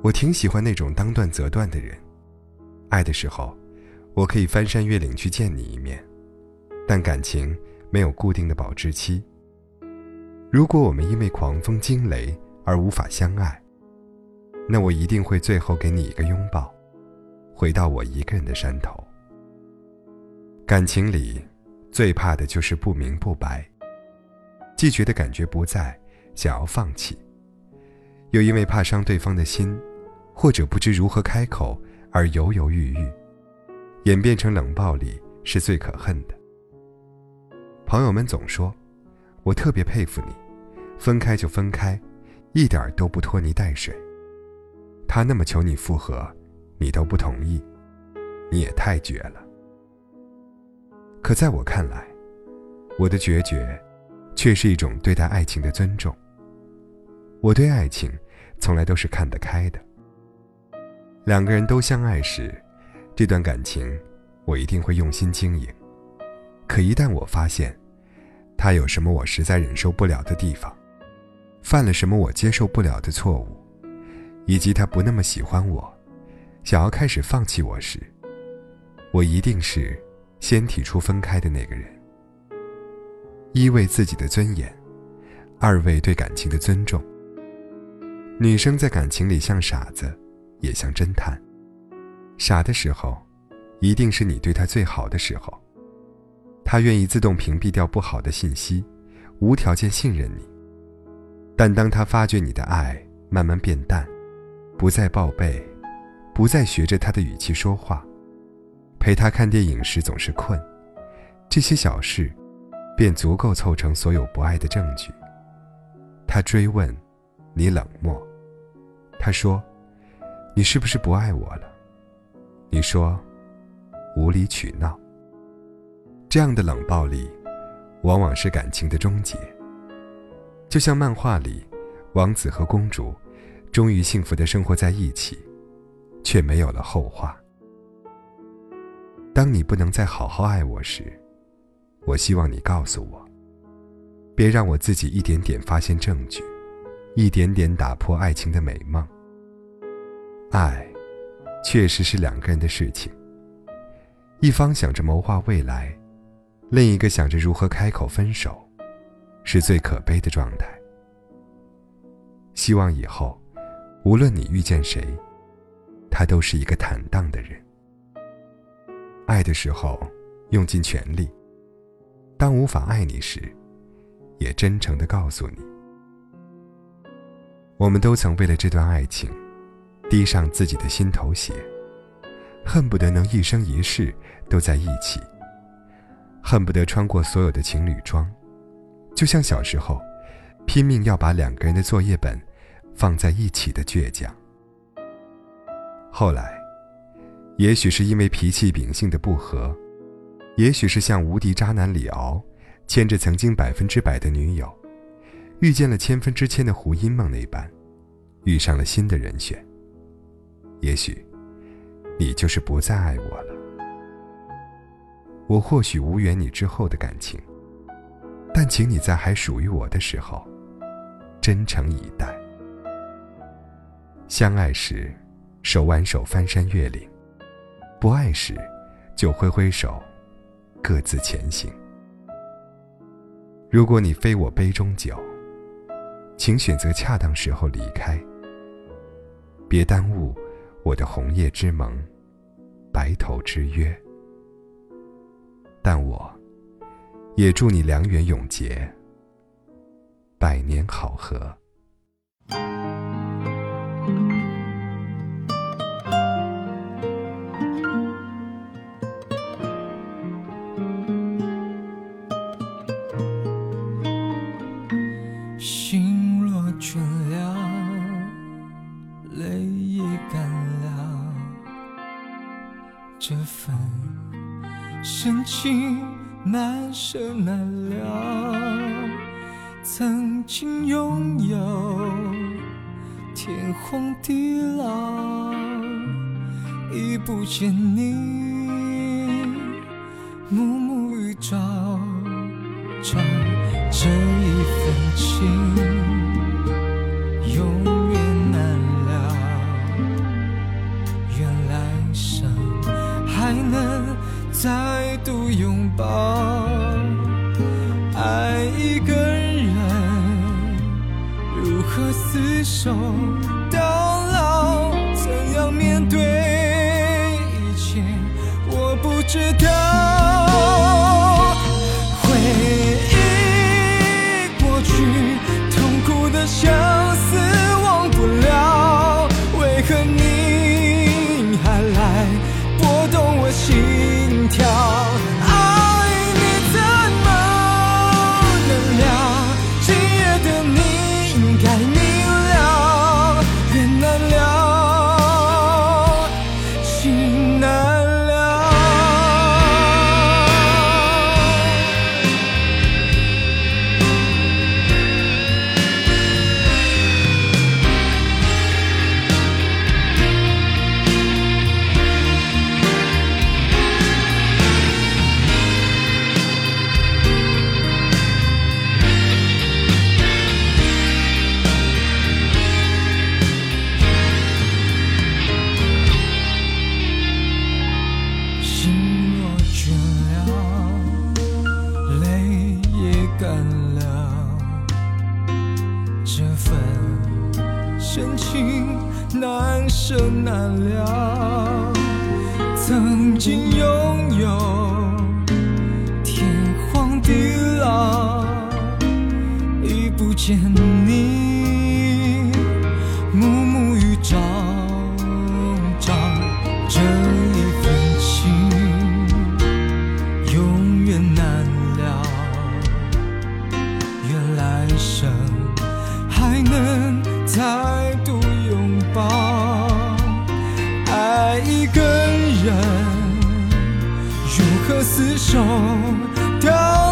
我挺喜欢那种当断则断的人，爱的时候，我可以翻山越岭去见你一面，但感情没有固定的保质期。如果我们因为狂风惊雷而无法相爱，那我一定会最后给你一个拥抱，回到我一个人的山头。感情里最怕的就是不明不白，既觉得感觉不在，想要放弃，又因为怕伤对方的心，或者不知如何开口而犹犹豫豫，演变成冷暴力是最可恨的。朋友们总说我特别佩服你，分开就分开，一点都不拖泥带水。他那么求你复合，你都不同意，你也太绝了。可在我看来，我的决绝却是一种对待爱情的尊重。我对爱情从来都是看得开的。两个人都相爱时，这段感情我一定会用心经营。可一旦我发现他有什么我实在忍受不了的地方，犯了什么我接受不了的错误，以及他不那么喜欢我，想要开始放弃我时，我一定是先提出分开的那个人。一为自己的尊严，二为对感情的尊重。女生在感情里像傻子，也像侦探。傻的时候，一定是你对她最好的时候，她愿意自动屏蔽掉不好的信息，无条件信任你。但当她发觉你的爱慢慢变淡，不再报备，不再学着她的语气说话，陪她看电影时总是困，这些小事便足够凑成所有不爱的证据。她追问，你冷漠。她说，你是不是不爱我了？你说，无理取闹。这样的冷暴力往往是感情的终结。就像漫画里，王子和公主终于幸福地生活在一起，却没有了后话。当你不能再好好爱我时，我希望你告诉我，别让我自己一点点发现证据，一点点打破爱情的美梦。爱确实是两个人的事情，一方想着谋划未来，另一个想着如何开口分手，是最可悲的状态。希望以后无论你遇见谁，他都是一个坦荡的人。爱的时候用尽全力，当无法爱你时，也真诚地告诉你。我们都曾为了这段爱情滴上自己的心头血，恨不得能一生一世都在一起，恨不得穿过所有的情侣装，就像小时候拼命要把两个人的作业本放在一起的倔强。后来也许是因为脾气秉性的不合，也许是像无敌渣男李敖牵着曾经100%的女友，遇见了1000%的胡因梦那般，遇上了新的人选。也许你就是不再爱我了。我或许无缘你之后的感情，但请你在还属于我的时候真诚以待。相爱时手挽手翻山越岭，不爱时就挥挥手各自前行。如果你非我杯中酒，请选择恰当时候离开，别耽误我的红叶之盟，白头之约。但我也祝你良缘永结，百年好合。 心若倦了，泪也干了，这份深情难舍难了。曾经拥有天荒地老，已不见你暮暮与朝朝，这一份情永远难了。 何厮守到老？怎样面对一切，我不知道。回忆过去，痛苦的相思忘不了，为何你还来拨动我心跳？爱你怎么能了？今夜的你应该明了，缘难了，情难了。深情难舍难了，曾经拥有天荒地老，已不见你，暮暮与朝朝，这一份情永远难了，愿来生还能再度拥抱。爱一个人，如何厮守到